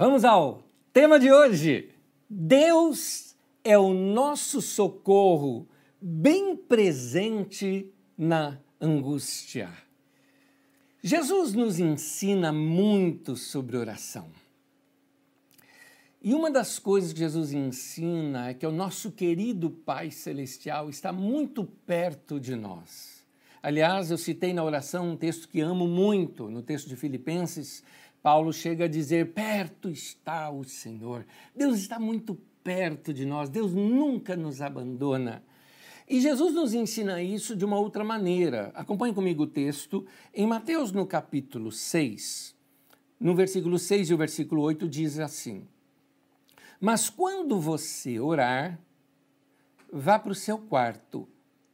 Vamos ao tema de hoje. Deus é o nosso socorro, bem presente na angústia. Jesus nos ensina muito sobre oração. E uma das coisas que Jesus ensina é que o nosso querido Pai Celestial está muito perto de nós. Aliás, eu citei na oração um texto que amo muito, no texto de Filipenses, Paulo chega a dizer, perto está o Senhor. Deus está muito perto de nós, Deus nunca nos abandona. E Jesus nos ensina isso de uma outra maneira. Acompanhe comigo o texto. Em Mateus, no capítulo 6, no versículo 6 e o versículo 8, diz assim, mas quando você orar, vá para o seu quarto,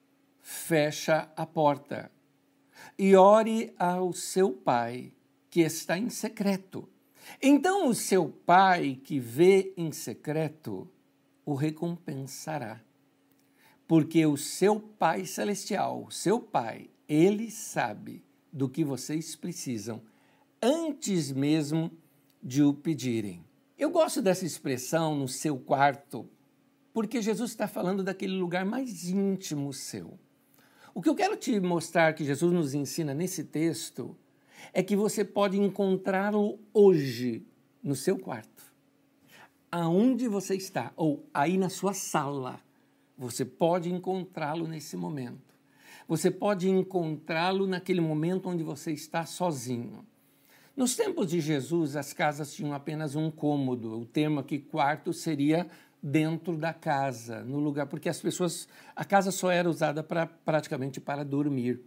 fecha a porta e ore ao seu pai, que está em secreto. Então o seu pai, que vê em secreto, o recompensará. Porque o seu Pai Celestial, o seu Pai, ele sabe do que vocês precisam, antes mesmo de o pedirem. Eu gosto dessa expressão, no seu quarto, porque Jesus está falando daquele lugar mais íntimo seu. O que eu quero te mostrar que Jesus nos ensina nesse texto é que você pode encontrá-lo hoje no seu quarto. Aonde você está, ou aí na sua sala, você pode encontrá-lo nesse momento. Você pode encontrá-lo naquele momento onde você está sozinho. Nos tempos de Jesus, as casas tinham apenas um cômodo. O termo aqui, quarto, seria dentro da casa, no lugar, porque a casa só era usada praticamente para dormir.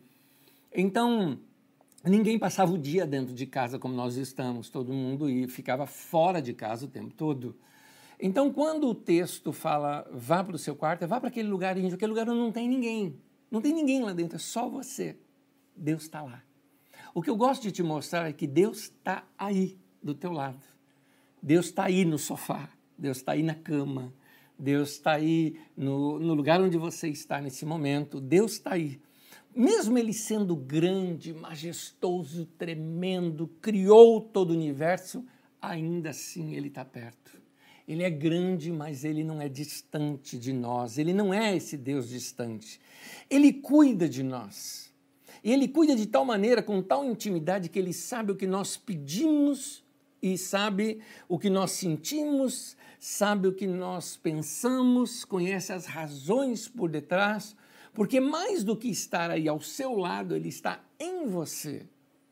Então, ninguém passava o dia dentro de casa como nós estamos, todo mundo ficava fora de casa o tempo todo. Então, quando o texto fala, vá para o seu quarto, vá para aquele lugar íntimo, aquele lugar onde não tem ninguém. Não tem ninguém lá dentro, é só você. Deus está lá. O que eu gosto de te mostrar é que Deus está aí, do teu lado. Deus está aí no sofá, Deus está aí na cama, Deus está aí no lugar onde você está nesse momento, Deus está aí. Mesmo Ele sendo grande, majestoso, tremendo, criou todo o universo, ainda assim Ele está perto. Ele é grande, mas Ele não é distante de nós. Ele não é esse Deus distante. Ele cuida de nós. E Ele cuida de tal maneira, com tal intimidade, que Ele sabe o que nós pedimos e sabe o que nós sentimos, sabe o que nós pensamos, conhece as razões por detrás, porque mais do que estar aí ao seu lado, Ele está em você.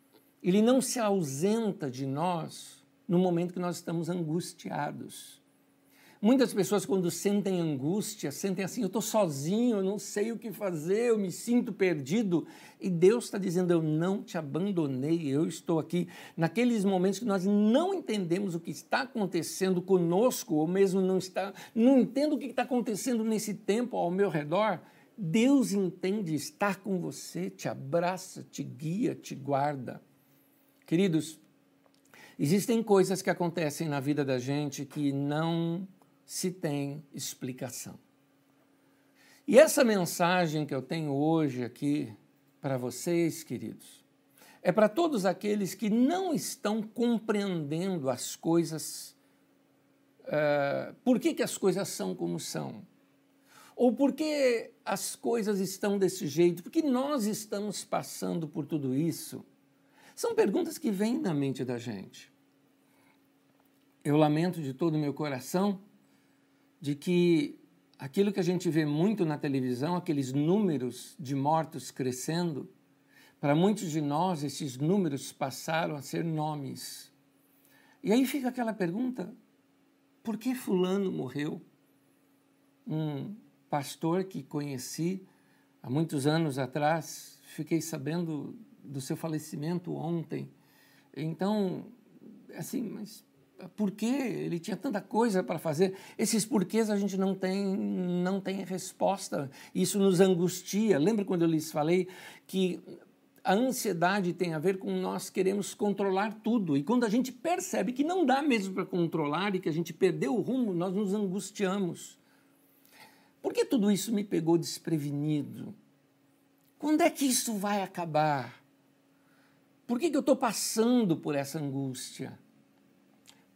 Ele não se ausenta de nós no momento que nós estamos angustiados. Muitas pessoas, quando sentem angústia, sentem assim, eu estou sozinho, eu não sei o que fazer, eu me sinto perdido. E Deus está dizendo, eu não te abandonei, eu estou aqui. Naqueles momentos que nós não entendemos o que está acontecendo conosco, ou mesmo não entendo o que está acontecendo nesse tempo ao meu redor, Deus entende estar com você, te abraça, te guia, te guarda. Queridos, existem coisas que acontecem na vida da gente que não se tem explicação. E essa mensagem que eu tenho hoje aqui para vocês, queridos, é para todos aqueles que não estão compreendendo as coisas, por que as coisas são como são, ou por que as coisas estão desse jeito, por que nós estamos passando por tudo isso. São perguntas que vêm na mente da gente. Eu lamento de todo o meu coração de que aquilo que a gente vê muito na televisão, aqueles números de mortos crescendo, para muitos de nós esses números passaram a ser nomes. E aí fica aquela pergunta, por que fulano morreu? Um pastor que conheci há muitos anos atrás, fiquei sabendo do seu falecimento ontem. Então, assim, mas por quê? Ele tinha tanta coisa para fazer. Esses porquês a gente não tem resposta. Isso nos angustia. Lembra quando eu lhes falei que a ansiedade tem a ver com nós queremos controlar tudo. E quando a gente percebe que não dá mesmo para controlar e que a gente perdeu o rumo, nós nos angustiamos. Por que tudo isso me pegou desprevenido? Quando é que isso vai acabar? Por que eu estou passando por essa angústia?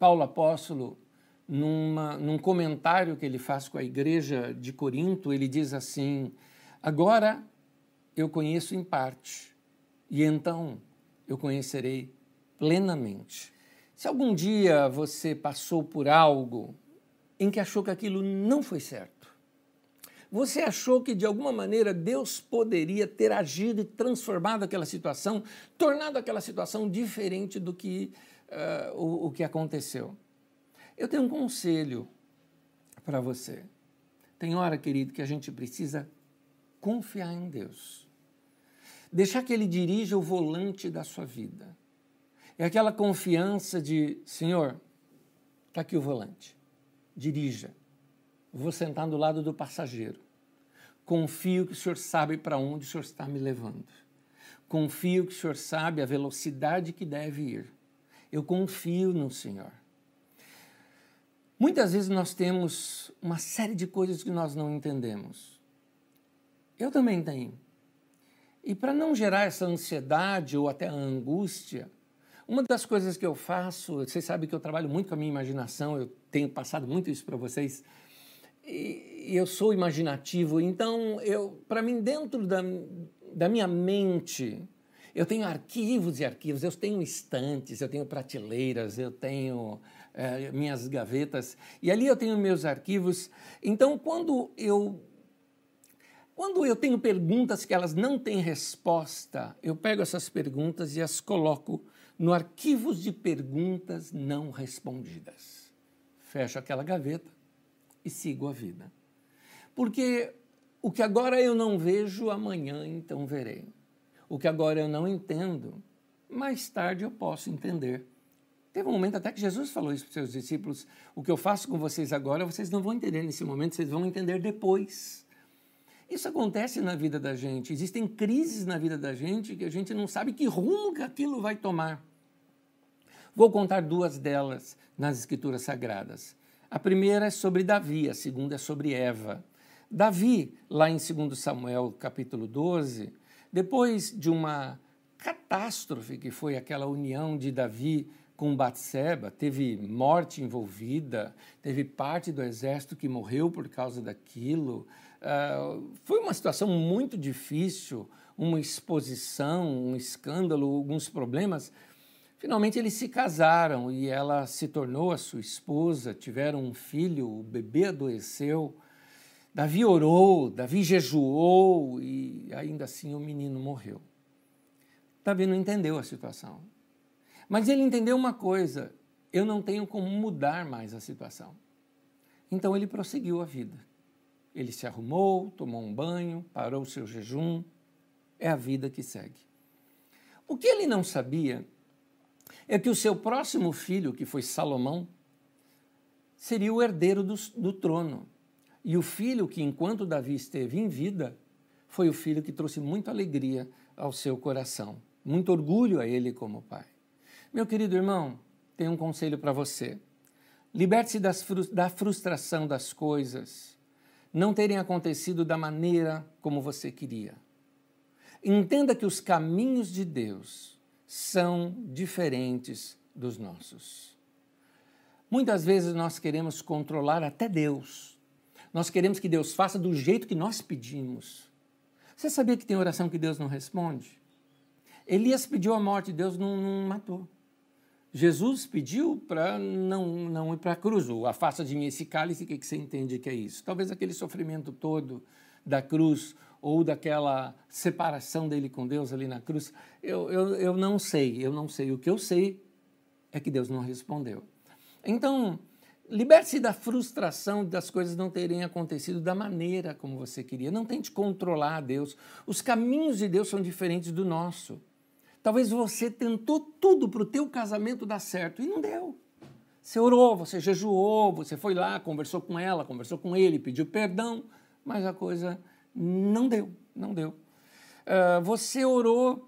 Paulo apóstolo, num comentário que ele faz com a igreja de Corinto, ele diz assim: agora eu conheço em parte, e então eu conhecerei plenamente. Se algum dia você passou por algo em que achou que aquilo não foi certo, você achou que de alguma maneira Deus poderia ter agido e transformado aquela situação, tornado aquela situação diferente do que o que aconteceu. Eu tenho um conselho para você. Tem hora, querido, que a gente precisa confiar em Deus. Deixar que Ele dirija o volante da sua vida. É aquela confiança de, Senhor, está aqui o volante, dirija. Vou sentar do lado do passageiro. Confio que o Senhor sabe para onde o Senhor está me levando. Confio que o Senhor sabe a velocidade que deve ir. Eu confio no Senhor. Muitas vezes nós temos uma série de coisas que nós não entendemos. Eu também tenho. E para não gerar essa ansiedade ou até a angústia, uma das coisas que eu faço, vocês sabem que eu trabalho muito com a minha imaginação, eu tenho passado muito isso para vocês, e eu sou imaginativo, então, para mim, dentro da minha mente, eu tenho arquivos e arquivos, eu tenho estantes, eu tenho prateleiras, eu tenho minhas gavetas, e ali eu tenho meus arquivos. Então, quando eu tenho perguntas que elas não têm resposta, eu pego essas perguntas e as coloco no arquivos de perguntas não respondidas. Fecho aquela gaveta e sigo a vida. Porque o que agora eu não vejo, amanhã então verei. O que agora eu não entendo, mais tarde eu posso entender. Teve um momento até que Jesus falou isso para os seus discípulos: o que eu faço com vocês agora, vocês não vão entender nesse momento, vocês vão entender depois. Isso acontece na vida da gente. Existem crises na vida da gente que a gente não sabe que rumo que aquilo vai tomar. Vou contar duas delas nas Escrituras Sagradas. A primeira é sobre Davi, a segunda é sobre Eva. Davi, lá em 2 Samuel, capítulo 12, depois de uma catástrofe que foi aquela união de Davi com Batseba, teve morte envolvida, teve parte do exército que morreu por causa daquilo. Foi uma situação muito difícil, uma exposição, um escândalo, alguns problemas. Finalmente eles se casaram e ela se tornou a sua esposa, tiveram um filho, o bebê adoeceu. Davi orou, Davi jejuou e ainda assim o menino morreu. Davi não entendeu a situação. Mas ele entendeu uma coisa: eu não tenho como mudar mais a situação. Então ele prosseguiu a vida. Ele se arrumou, tomou um banho, parou o seu jejum. É a vida que segue. O que ele não sabia é que o seu próximo filho, que foi Salomão, seria o herdeiro do trono. E o filho que, enquanto Davi esteve em vida, foi o filho que trouxe muita alegria ao seu coração, muito orgulho a ele como pai. Meu querido irmão, tenho um conselho para você. Liberte-se da frustração das coisas não terem acontecido da maneira como você queria. Entenda que os caminhos de Deus são diferentes dos nossos. Muitas vezes nós queremos controlar até Deus. Nós queremos que Deus faça do jeito que nós pedimos. Você sabia que tem oração que Deus não responde? Elias pediu a morte, Deus não matou. Jesus pediu para não ir para a cruz. Afasta de mim esse cálice, o que você entende que é isso? Talvez aquele sofrimento todo da cruz ou daquela separação dele com Deus ali na cruz. Eu não sei. O que eu sei é que Deus não respondeu. Então, liberte-se da frustração das coisas não terem acontecido da maneira como você queria. Não tente controlar Deus. Os caminhos de Deus são diferentes do nosso. Talvez você tentou tudo para o teu casamento dar certo e não deu. Você orou, você jejuou, você foi lá, conversou com ela, conversou com ele, pediu perdão, mas a coisa não deu. Você orou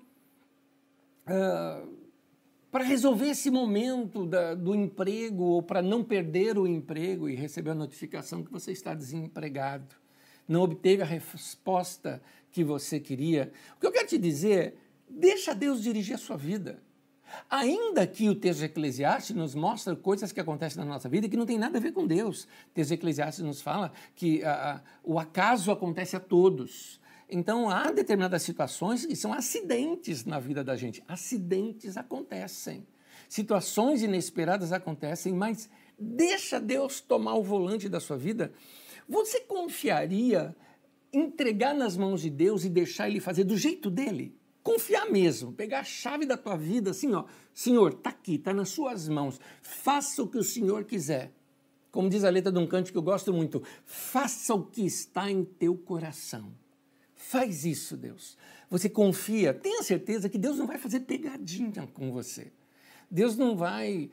para resolver esse momento do emprego ou para não perder o emprego e receber a notificação que você está desempregado. Não obteve a resposta que você queria. O que eu quero te dizer, deixa Deus dirigir a sua vida. Ainda que o texto de Eclesiastes nos mostra coisas que acontecem na nossa vida que não tem nada a ver com Deus. O texto de Eclesiastes nos fala que o acaso acontece a todos. Então, há determinadas situações que são acidentes na vida da gente. Acidentes acontecem. Situações inesperadas acontecem, mas deixa Deus tomar o volante da sua vida. Você confiaria em entregar nas mãos de Deus e deixar Ele fazer do jeito dele? Confiar mesmo, pegar a chave da tua vida assim, ó, Senhor, está aqui, está nas suas mãos, faça o que o Senhor quiser. Como diz a letra de um cântico que eu gosto muito, faça o que está em teu coração. Faz isso, Deus. Você confia, tenha certeza que Deus não vai fazer pegadinha com você. Deus não vai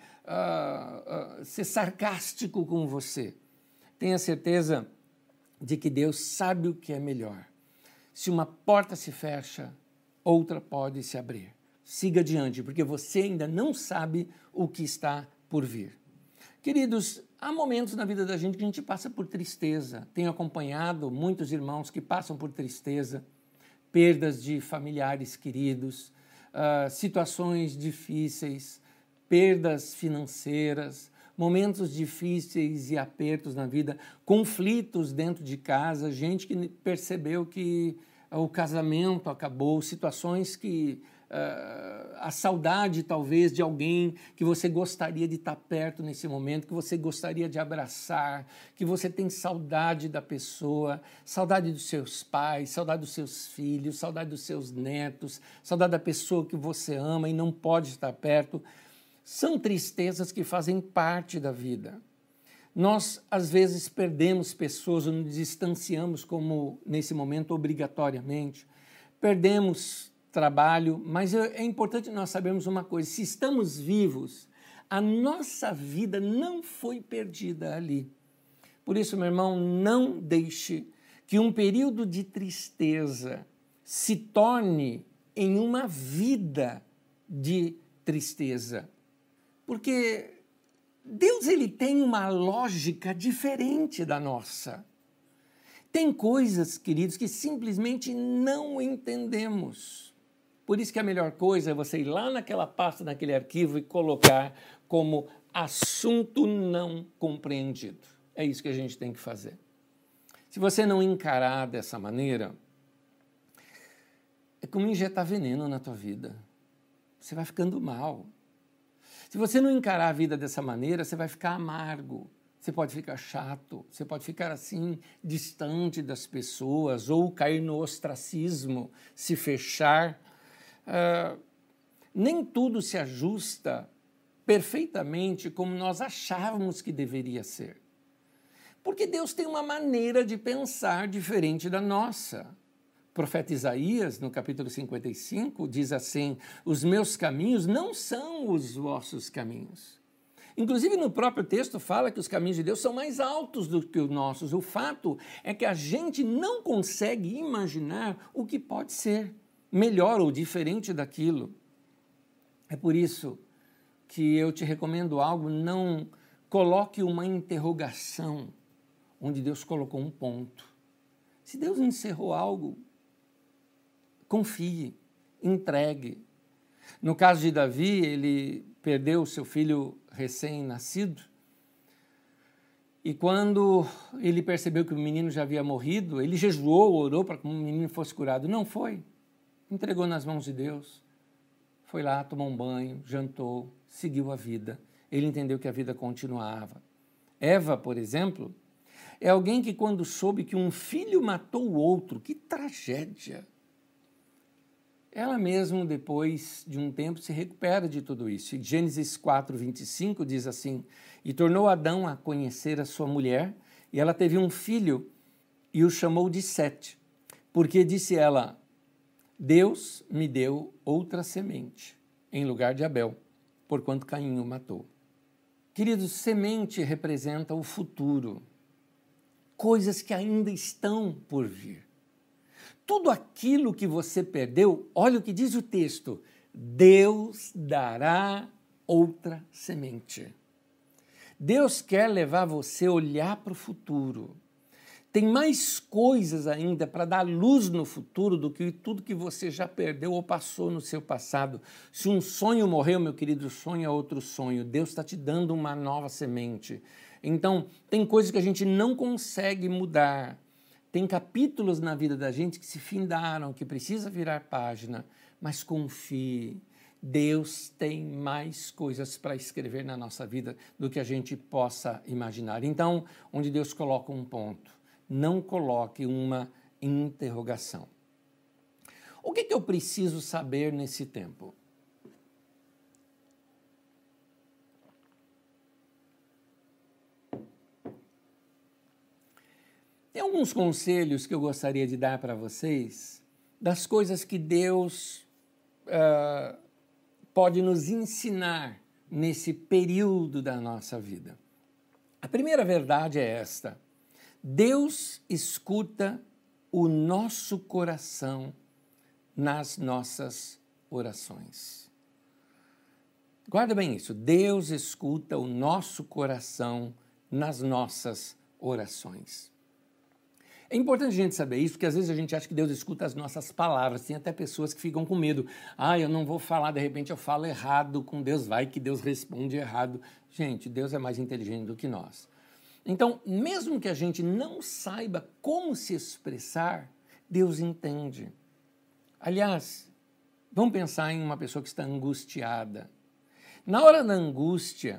ser sarcástico com você. Tenha certeza de que Deus sabe o que é melhor. Se uma porta se fecha, outra pode se abrir. Siga adiante, porque você ainda não sabe o que está por vir. Queridos, há momentos na vida da gente que a gente passa por tristeza. Tenho acompanhado muitos irmãos que passam por tristeza, perdas de familiares queridos, situações difíceis, perdas financeiras, momentos difíceis e apertos na vida, conflitos dentro de casa, gente que percebeu que o casamento acabou, situações que a saudade talvez de alguém que você gostaria de estar perto nesse momento, que você gostaria de abraçar, que você tem saudade da pessoa, saudade dos seus pais, saudade dos seus filhos, saudade dos seus netos, saudade da pessoa que você ama e não pode estar perto. São tristezas que fazem parte da vida. Nós, às vezes, perdemos pessoas ou nos distanciamos, como nesse momento, obrigatoriamente. Perdemos trabalho, mas é importante nós sabermos uma coisa: se estamos vivos, a nossa vida não foi perdida ali. Por isso, meu irmão, não deixe que um período de tristeza se torne em uma vida de tristeza. Porque Deus, ele tem uma lógica diferente da nossa. Tem coisas, queridos, que simplesmente não entendemos. Por isso que a melhor coisa é você ir lá naquela pasta, naquele arquivo e colocar como assunto não compreendido. É isso que a gente tem que fazer. Se você não encarar dessa maneira, é como injetar veneno na tua vida. Você vai ficando mal. Se você não encarar a vida dessa maneira, você vai ficar amargo, você pode ficar chato, você pode ficar assim, distante das pessoas, ou cair no ostracismo, se fechar. Nem tudo se ajusta perfeitamente como nós achávamos que deveria ser. Porque Deus tem uma maneira de pensar diferente da nossa. O profeta Isaías, no capítulo 55, diz assim: os meus caminhos não são os vossos caminhos. Inclusive, no próprio texto fala que os caminhos de Deus são mais altos do que os nossos. O fato é que a gente não consegue imaginar o que pode ser melhor ou diferente daquilo. É por isso que eu te recomendo algo: não coloque uma interrogação onde Deus colocou um ponto. Se Deus encerrou algo, confie, entregue. No caso de Davi, ele perdeu o seu filho recém-nascido e quando ele percebeu que o menino já havia morrido, ele jejuou, orou para que o menino fosse curado. Não foi. Entregou nas mãos de Deus. Foi lá, tomou um banho, jantou, seguiu a vida. Ele entendeu que a vida continuava. Eva, por exemplo, é alguém que quando soube que um filho matou o outro, que tragédia! Ela mesmo, depois de um tempo, se recupera de tudo isso. E Gênesis 4, 25 diz assim: e tornou Adão a conhecer a sua mulher, e ela teve um filho, e o chamou de Sete, porque disse ela: Deus me deu outra semente, em lugar de Abel, porquanto Caim o matou. Queridos, semente representa o futuro, coisas que ainda estão por vir. Tudo aquilo que você perdeu, olha o que diz o texto: Deus dará outra semente. Deus quer levar você a olhar para o futuro, Tem mais coisas ainda para dar luz no futuro do que tudo que você já perdeu ou passou no seu passado. Se um sonho morreu, meu querido, sonho é outro sonho. Deus está te dando uma nova semente. Então, tem coisas que a gente não consegue mudar. Tem capítulos na vida da gente que se findaram, que precisa virar página. Mas confie, Deus tem mais coisas para escrever na nossa vida do que a gente possa imaginar. Então, onde Deus coloca um ponto, não coloque uma interrogação. O que eu preciso saber nesse tempo? Tem alguns conselhos que eu gostaria de dar para vocês das coisas que Deus pode nos ensinar nesse período da nossa vida. A primeira verdade é esta: Deus escuta o nosso coração nas nossas orações. Guarda bem isso, Deus escuta o nosso coração nas nossas orações. É importante a gente saber isso, porque às vezes a gente acha que Deus escuta as nossas palavras. Tem até pessoas que ficam com medo. Eu não vou falar, de repente eu falo errado com Deus, vai que Deus responde errado. Gente, Deus é mais inteligente do que nós. Então, mesmo que a gente não saiba como se expressar, Deus entende. Aliás, vamos pensar em uma pessoa que está angustiada. Na hora da angústia,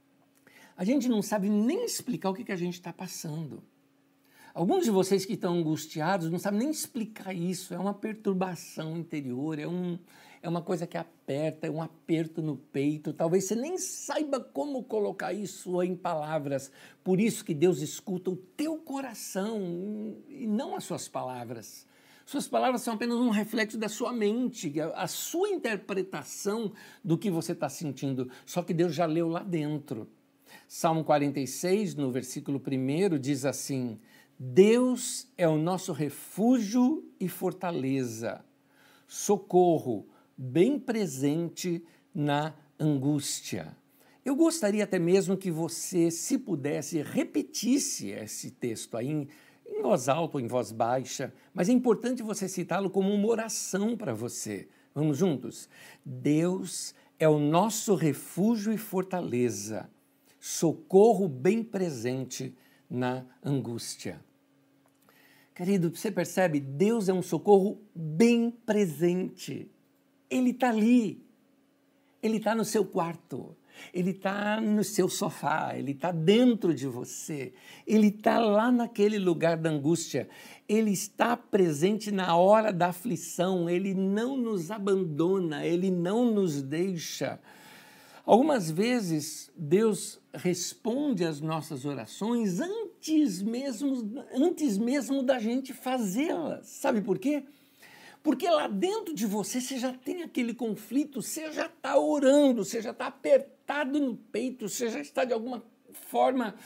a gente não sabe nem explicar o que a gente está passando. Alguns de vocês que estão angustiados não sabem nem explicar isso. É uma perturbação interior, é uma coisa que aperta, é um aperto no peito. Talvez você nem saiba como colocar isso em palavras. Por isso que Deus escuta o teu coração e não as suas palavras. Suas palavras são apenas um reflexo da sua mente, a sua interpretação do que você está sentindo. Só que Deus já leu lá dentro. Salmo 46, no versículo 1, diz assim: Deus é o nosso refúgio e fortaleza, socorro bem presente na angústia. Eu gostaria até mesmo que você, se pudesse, repetisse esse texto aí em voz alta ou em voz baixa, mas é importante você citá-lo como uma oração para você. Vamos juntos? Deus é o nosso refúgio e fortaleza, socorro bem presente na angústia. Querido, você percebe? Deus é um socorro bem presente. Ele está ali. Ele está no seu quarto. Ele está no seu sofá. Ele está dentro de você. Ele está lá naquele lugar da angústia. Ele está presente na hora da aflição. Ele não nos abandona. Ele não nos deixa. Algumas vezes, Deus responde às nossas orações antes mesmo da gente fazê-las. Sabe por quê? Porque lá dentro de você já tem aquele conflito, você já está orando, você já está apertado no peito, você já está de alguma forma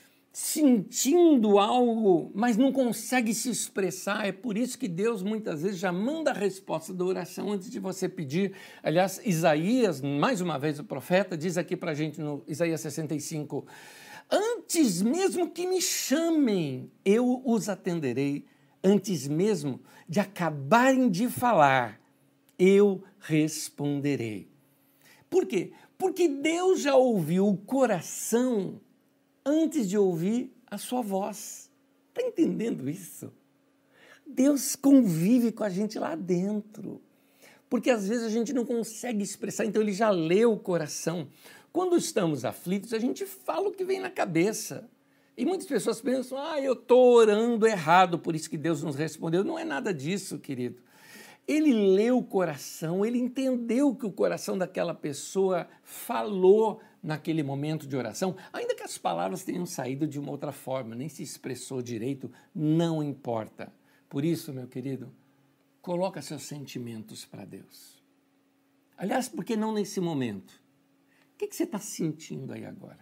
sentindo algo, mas não consegue se expressar. É por isso que Deus muitas vezes já manda a resposta da oração antes de você pedir. Aliás, Isaías, mais uma vez o profeta, diz aqui para a gente no Isaías 65, antes mesmo que me chamem, eu os atenderei. Antes mesmo de acabarem de falar, eu responderei. Por quê? Porque Deus já ouviu o coração antes de ouvir a sua voz. Está entendendo isso? Deus convive com a gente lá dentro. Porque às vezes a gente não consegue expressar, então Ele já leu o coração. Quando estamos aflitos, a gente fala o que vem na cabeça. E muitas pessoas pensam, eu estou orando errado, por isso que Deus nos respondeu. Não é nada disso, querido. Ele leu o coração, ele entendeu o que o coração daquela pessoa falou naquele momento de oração, ainda que as palavras tenham saído de uma outra forma, nem se expressou direito, não importa. Por isso, meu querido, coloca seus sentimentos para Deus. Aliás, por que não nesse momento? O que você está sentindo aí agora?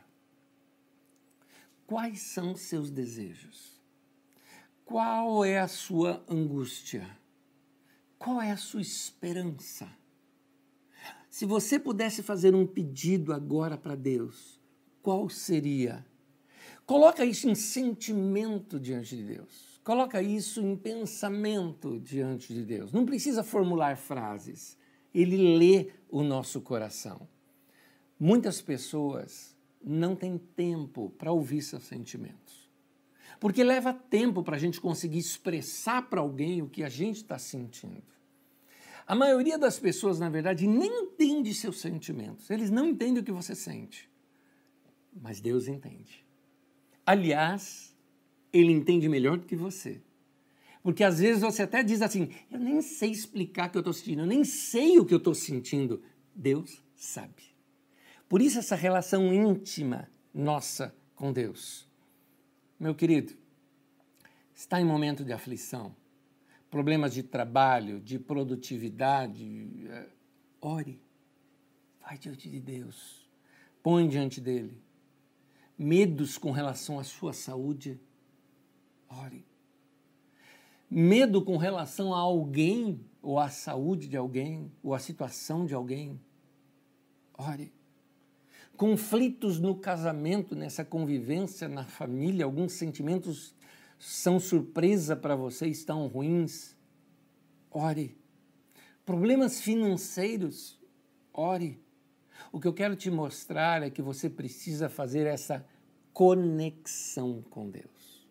Quais são os seus desejos? Qual é a sua angústia? Qual é a sua esperança? Se você pudesse fazer um pedido agora para Deus, qual seria? Coloca isso em sentimento diante de Deus. Coloca isso em pensamento diante de Deus. Não precisa formular frases. Ele lê o nosso coração. Muitas pessoas não têm tempo para ouvir seus sentimentos. Porque leva tempo para a gente conseguir expressar para alguém o que a gente está sentindo. A maioria das pessoas, na verdade, nem entende seus sentimentos. Eles não entendem o que você sente. Mas Deus entende. Aliás, Ele entende melhor do que você. Porque às vezes você até diz assim, eu nem sei explicar o que eu estou sentindo, eu nem sei o que eu estou sentindo. Deus sabe. Por isso essa relação íntima nossa com Deus. Meu querido, está em momento de aflição, problemas de trabalho, de produtividade, ore, vai diante de Deus, põe diante dele. Medos com relação à sua saúde, ore. Medo com relação a alguém, ou à saúde de alguém, ou à situação de alguém, ore. Conflitos no casamento, nessa convivência na família, alguns sentimentos são surpresa para você, estão ruins, ore. Problemas financeiros, ore. O que eu quero te mostrar é que você precisa fazer essa conexão com Deus.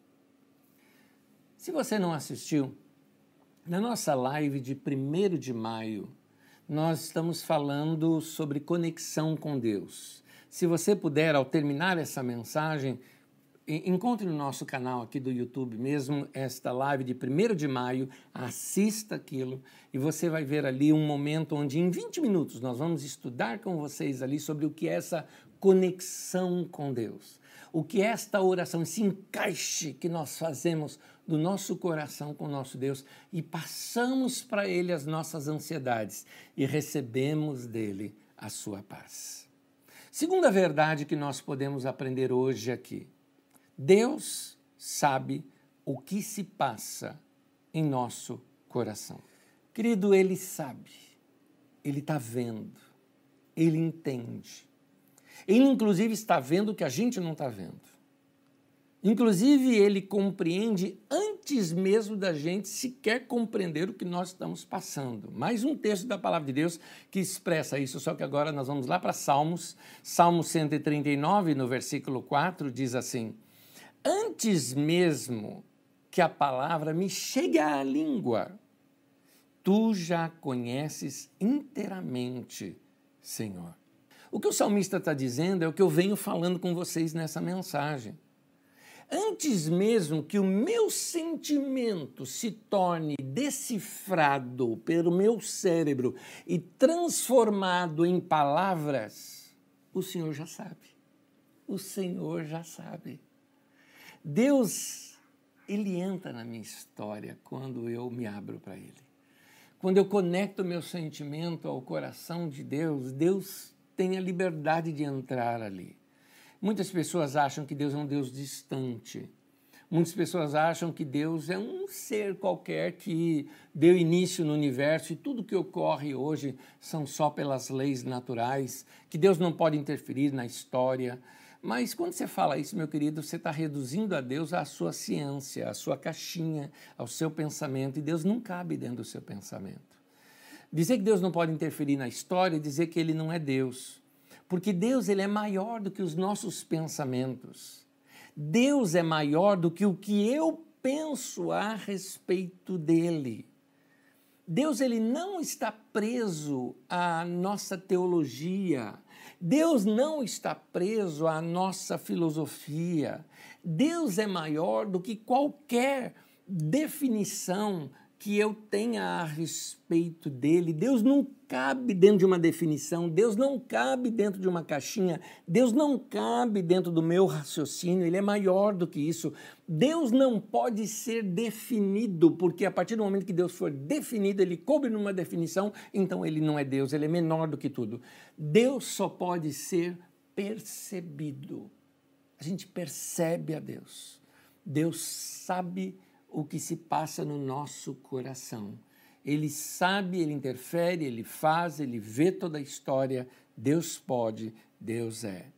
Se você não assistiu, na nossa live de 1º de maio, nós estamos falando sobre conexão com Deus. Se você puder, ao terminar essa mensagem, encontre no nosso canal aqui do YouTube mesmo esta live de 1º de maio, assista aquilo e você vai ver ali um momento onde em 20 minutos nós vamos estudar com vocês ali sobre o que é essa conexão com Deus. O que é esta oração, esse encaixe que nós fazemos do nosso coração com o nosso Deus e passamos para Ele as nossas ansiedades e recebemos dele a sua paz. Segunda verdade que nós podemos aprender hoje aqui. Deus sabe o que se passa em nosso coração. Querido, Ele sabe, Ele está vendo, Ele entende. Ele, inclusive, está vendo o que a gente não está vendo. Inclusive, Ele compreende antes mesmo da gente sequer compreender o que nós estamos passando. Mais um texto da Palavra de Deus que expressa isso, só que agora nós vamos lá para Salmos. Salmo 139, no versículo 4, diz assim: antes mesmo que a palavra me chegue à língua, tu já conheces inteiramente, Senhor. O que o salmista está dizendo é o que eu venho falando com vocês nessa mensagem. Antes mesmo que o meu sentimento se torne decifrado pelo meu cérebro e transformado em palavras, o Senhor já sabe. O Senhor já sabe. Deus, Ele entra na minha história quando eu me abro para Ele. Quando eu conecto o meu sentimento ao coração de Deus, Deus tem a liberdade de entrar ali. Muitas pessoas acham que Deus é um Deus distante. Muitas pessoas acham que Deus é um ser qualquer que deu início no universo e tudo que ocorre hoje são só pelas leis naturais, que Deus não pode interferir na história. Mas quando você fala isso, meu querido, você está reduzindo a Deus à sua ciência, à sua caixinha, ao seu pensamento, e Deus não cabe dentro do seu pensamento. Dizer que Deus não pode interferir na história é dizer que Ele não é Deus. Porque Deus, Ele é maior do que os nossos pensamentos. Deus é maior do que o que eu penso a respeito dEle. Deus, Ele não está preso à nossa teologia. Deus não está preso à nossa filosofia. Deus é maior do que qualquer definição que eu tenha a respeito dele. Deus não cabe dentro de uma definição, Deus não cabe dentro de uma caixinha, Deus não cabe dentro do meu raciocínio, Ele é maior do que isso. Deus não pode ser definido, porque a partir do momento que Deus for definido, Ele coube numa definição, então Ele não é Deus, Ele é menor do que tudo. Deus só pode ser percebido. A gente percebe a Deus. Deus sabe o que se passa no nosso coração. Ele sabe, Ele interfere, Ele faz, Ele vê toda a história. Deus pode, Deus é.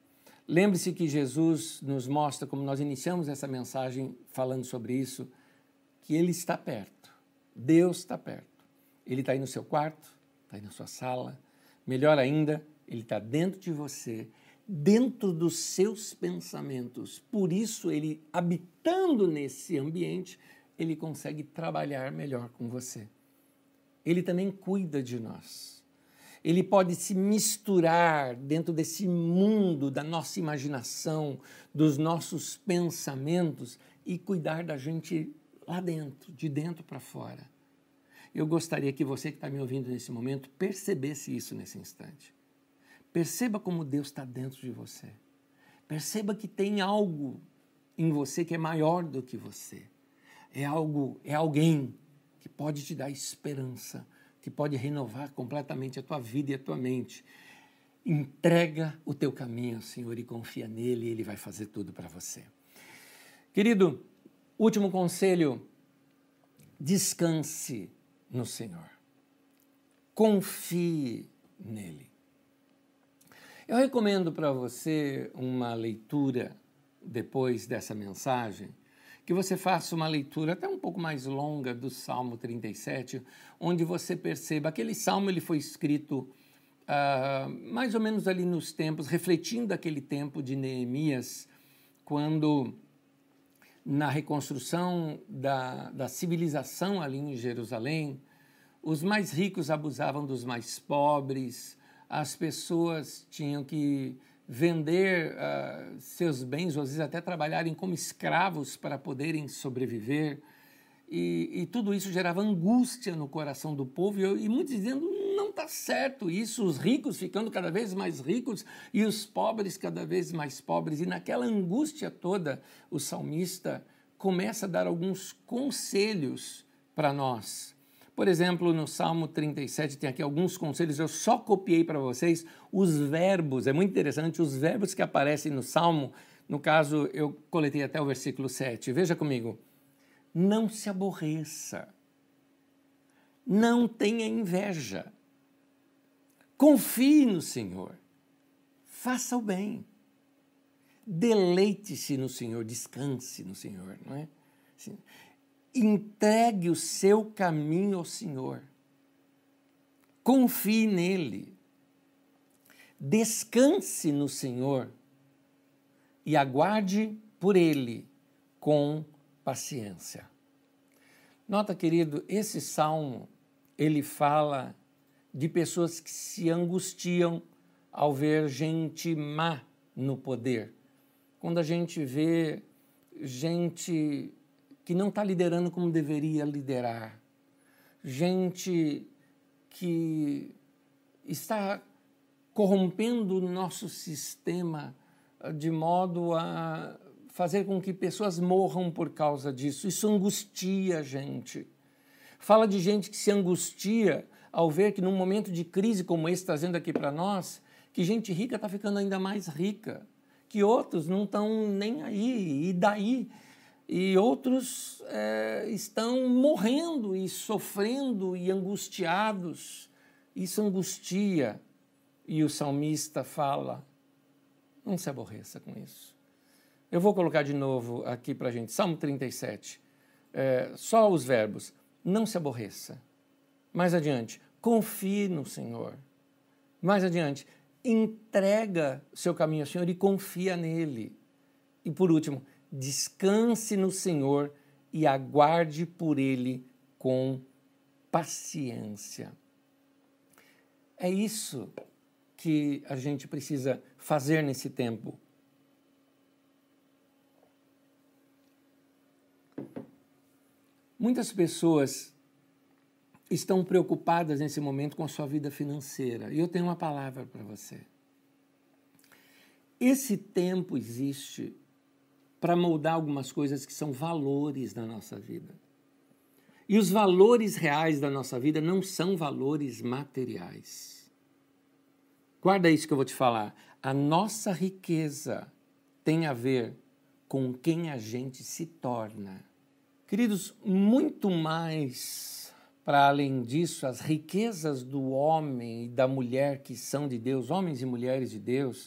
Lembre-se que Jesus nos mostra, como nós iniciamos essa mensagem falando sobre isso, que Ele está perto, Deus está perto. Ele está aí no seu quarto, está aí na sua sala, melhor ainda, Ele está dentro de você, dentro dos seus pensamentos. Por isso, Ele, habitando nesse ambiente, Ele consegue trabalhar melhor com você. Ele também cuida de nós. Ele pode se misturar dentro desse mundo da nossa imaginação, dos nossos pensamentos e cuidar da gente lá dentro, de dentro para fora. Eu gostaria que você que está me ouvindo nesse momento percebesse isso nesse instante. Perceba como Deus está dentro de você. Perceba que tem algo em você que é maior do que você. É alguém que pode te dar esperança, que pode renovar completamente a tua vida e a tua mente. Entrega o teu caminho ao Senhor e confia nele, e Ele vai fazer tudo para você. Querido, último conselho, descanse no Senhor. Confie nele. Eu recomendo para você uma leitura depois dessa mensagem, que você faça uma leitura até um pouco mais longa do Salmo 37, onde você perceba, aquele salmo ele foi escrito mais ou menos ali nos tempos, refletindo aquele tempo de Neemias, quando na reconstrução da civilização ali em Jerusalém, os mais ricos abusavam dos mais pobres, as pessoas tinham que vender seus bens, ou às vezes até trabalharem como escravos para poderem sobreviver, e tudo isso gerava angústia no coração do povo, e muitos dizendo, não está certo isso, os ricos ficando cada vez mais ricos e os pobres cada vez mais pobres, e naquela angústia toda, o salmista começa a dar alguns conselhos para nós. Por exemplo, no Salmo 37 tem aqui alguns conselhos, eu só copiei para vocês os verbos, é muito interessante, os verbos que aparecem no Salmo, no caso eu coletei até o versículo 7, veja comigo, não se aborreça, não tenha inveja, confie no Senhor, faça o bem, deleite-se no Senhor, descanse no Senhor, não é? Assim, entregue o seu caminho ao Senhor. Confie nele. Descanse no Senhor e aguarde por ele com paciência. Nota, querido, esse salmo, ele fala de pessoas que se angustiam ao ver gente má no poder. Quando a gente vê gente que não está liderando como deveria liderar, gente que está corrompendo o nosso sistema de modo a fazer com que pessoas morram por causa disso. Isso angustia a gente. Fala de gente que se angustia ao ver que num momento de crise como esse, trazendo aqui para nós, que gente rica está ficando ainda mais rica, que outros não estão nem aí, e daí? E outros estão morrendo e sofrendo e angustiados. Isso angustia. E o salmista fala, não se aborreça com isso. Eu vou colocar de novo aqui para a gente, Salmo 37, só os verbos, não se aborreça. Mais adiante, confie no Senhor. Mais adiante, entrega seu caminho ao Senhor e confia nele. E por último, descanse no Senhor e aguarde por ele com paciência. É isso que a gente precisa fazer nesse tempo. Muitas pessoas estão preocupadas nesse momento com a sua vida financeira. E eu tenho uma palavra para você. Esse tempo existe para moldar algumas coisas que são valores da nossa vida. E os valores reais da nossa vida não são valores materiais. Guarda isso que eu vou te falar. A nossa riqueza tem a ver com quem a gente se torna. Queridos, muito mais para além disso, as riquezas do homem e da mulher que são de Deus, homens e mulheres de Deus,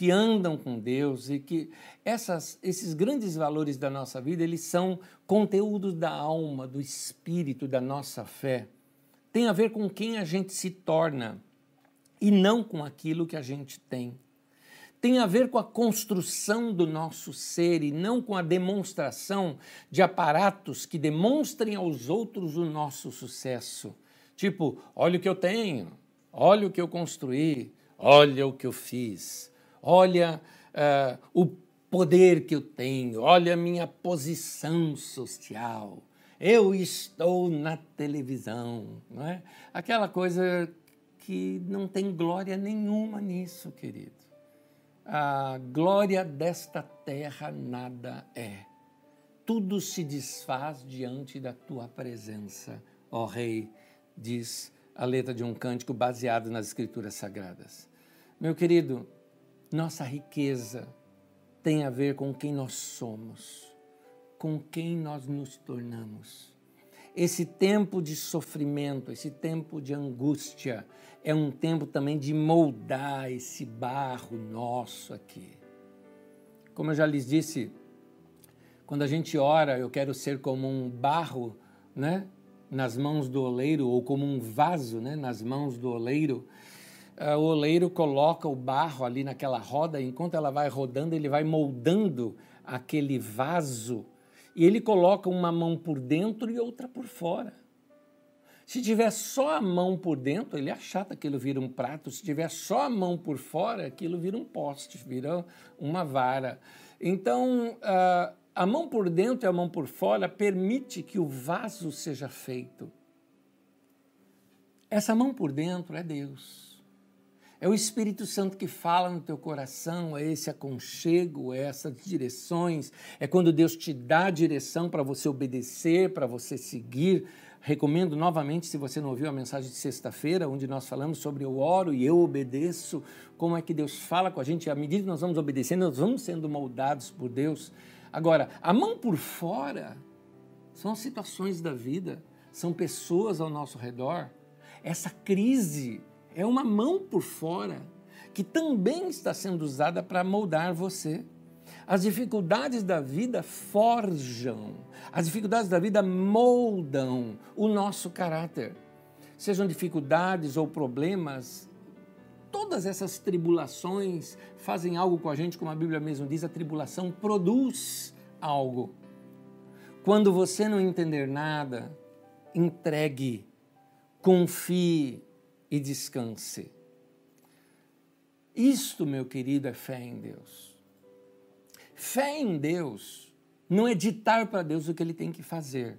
que andam com Deus e que esses grandes valores da nossa vida, eles são conteúdos da alma, do espírito, da nossa fé. Tem a ver com quem a gente se torna e não com aquilo que a gente tem. Tem a ver com a construção do nosso ser e não com a demonstração de aparatos que demonstrem aos outros o nosso sucesso. Tipo, olha o que eu tenho, olha o que eu construí, olha o que eu fiz, olha o poder que eu tenho, olha a minha posição social, eu estou na televisão, não é? Aquela coisa que não tem glória nenhuma nisso, querido. A glória desta terra nada é. Tudo se desfaz diante da tua presença, ó Rei, diz a letra de um cântico baseado nas Escrituras Sagradas. Meu querido, nossa riqueza tem a ver com quem nós somos, com quem nós nos tornamos. Esse tempo de sofrimento, esse tempo de angústia, é um tempo também de moldar esse barro nosso aqui. Como eu já lhes disse, quando a gente ora, eu quero ser como um barro, né, nas mãos do oleiro, ou como um vaso, né, nas mãos do oleiro. O oleiro coloca o barro ali naquela roda, e enquanto ela vai rodando, ele vai moldando aquele vaso, e ele coloca uma mão por dentro e outra por fora. Se tiver só a mão por dentro, ele achata, aquilo vira um prato. Se tiver só a mão por fora, aquilo vira um poste, vira uma vara. Então, a mão por dentro e a mão por fora permite que o vaso seja feito. Essa mão por dentro é Deus. É o Espírito Santo que fala no teu coração, é esse aconchego, é essas direções, é quando Deus te dá a direção para você obedecer, para você seguir. Recomendo novamente, se você não ouviu a mensagem de sexta-feira, onde nós falamos sobre eu oro e eu obedeço, como é que Deus fala com a gente, à medida que nós vamos obedecendo, nós vamos sendo moldados por Deus. Agora, a mão por fora são as situações da vida, são pessoas ao nosso redor. Essa crise é uma mão por fora que também está sendo usada para moldar você. As dificuldades da vida forjam, as dificuldades da vida moldam o nosso caráter. Sejam dificuldades ou problemas, todas essas tribulações fazem algo com a gente, como a Bíblia mesmo diz, a tribulação produz algo. Quando você não entender nada, entregue, confie e descanse. Isto, meu querido, é fé em Deus. Fé em Deus não é ditar para Deus o que Ele tem que fazer.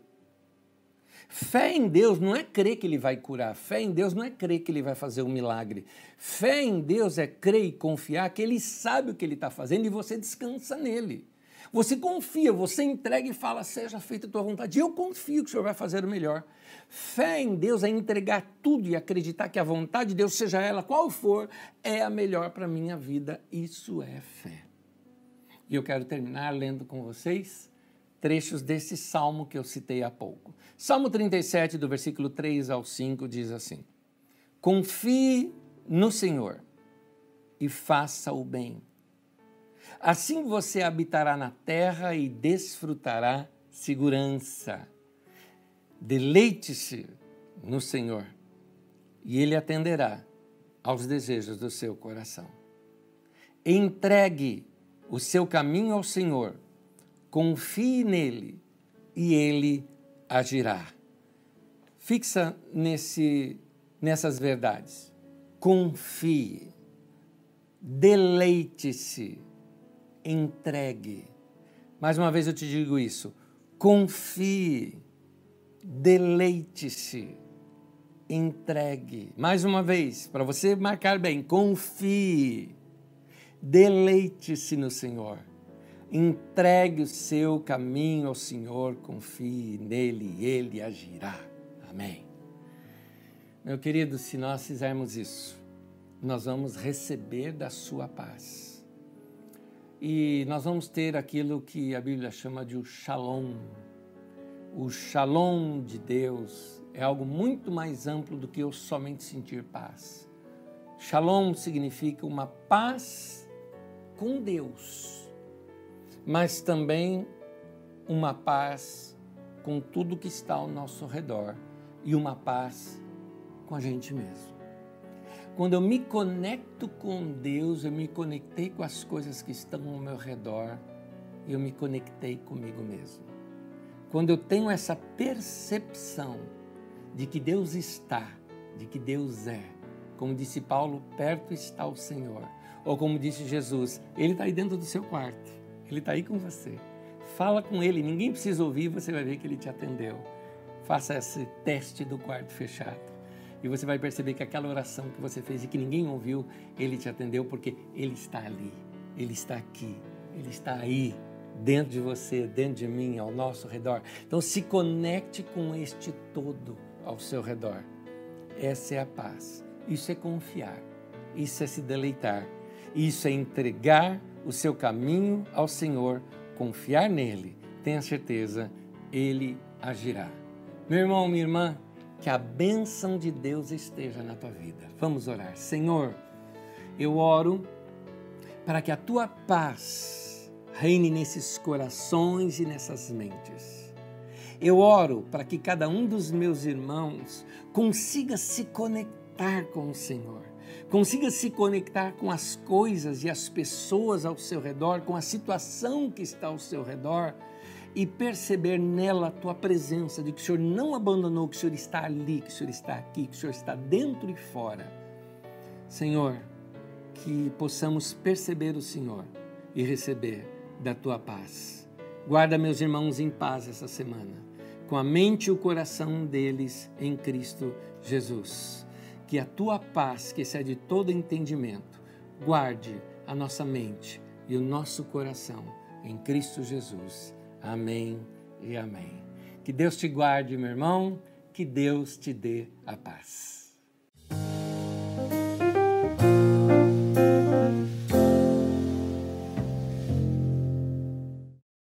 Fé em Deus não é crer que Ele vai curar. Fé em Deus não é crer que Ele vai fazer um milagre. Fé em Deus é crer e confiar que Ele sabe o que Ele está fazendo e você descansa nele. Você confia, você entrega e fala, seja feita a tua vontade. Eu confio que o Senhor vai fazer o melhor. Fé em Deus é entregar tudo e acreditar que a vontade de Deus, seja ela qual for, é a melhor para a minha vida. Isso é fé. E eu quero terminar lendo com vocês trechos desse salmo que eu citei há pouco. Salmo 37, do versículo 3 ao 5, diz assim: confie no Senhor e faça o bem. Assim você habitará na terra e desfrutará segurança. Deleite-se no Senhor e Ele atenderá aos desejos do seu coração. Entregue o seu caminho ao Senhor, confie nele e Ele agirá. Fixa nessas verdades. Confie, deleite-se, entregue. Mais uma vez eu te digo isso. Confie, deleite-se, entregue. Mais uma vez, para você marcar bem, confie, deleite-se no Senhor. Entregue o seu caminho ao Senhor, confie nele e Ele agirá. Amém. Meu querido, se nós fizermos isso, nós vamos receber da sua paz. E nós vamos ter aquilo que a Bíblia chama de o shalom. O shalom de Deus é algo muito mais amplo do que eu somente sentir paz. Shalom significa uma paz com Deus, mas também uma paz com tudo que está ao nosso redor e uma paz com a gente mesmo. Quando eu me conecto com Deus, eu me conectei com as coisas que estão ao meu redor e eu me conectei comigo mesmo. Quando eu tenho essa percepção de que Deus está, de que Deus é, como disse Paulo, perto está o Senhor. Ou como disse Jesus, Ele está aí dentro do seu quarto, Ele está aí com você. Fala com Ele, ninguém precisa ouvir, você vai ver que Ele te atendeu. Faça esse teste do quarto fechado. E você vai perceber que aquela oração que você fez e que ninguém ouviu, Ele te atendeu porque Ele está ali, Ele está aqui, Ele está aí, dentro de você, dentro de mim, ao nosso redor. Então se conecte com este todo ao seu redor. Essa é a paz. Isso é confiar, isso é se deleitar, isso é entregar o seu caminho ao Senhor, confiar nele, tenha certeza, Ele agirá. Meu irmão, minha irmã, que a bênção de Deus esteja na tua vida. Vamos orar. Senhor, eu oro para que a tua paz reine nesses corações e nessas mentes. Eu oro para que cada um dos meus irmãos consiga se conectar com o Senhor, consiga se conectar com as coisas e as pessoas ao seu redor, com a situação que está ao seu redor e perceber nela a tua presença, de que o Senhor não abandonou, que o Senhor está ali, que o Senhor está aqui, que o Senhor está dentro e fora. Senhor, que possamos perceber o Senhor e receber da tua paz. Guarda meus irmãos em paz essa semana, com a mente e o coração deles em Cristo Jesus. Que a tua paz, que excede todo entendimento, guarde a nossa mente e o nosso coração em Cristo Jesus. Amém e amém. Que Deus te guarde, meu irmão, que Deus te dê a paz.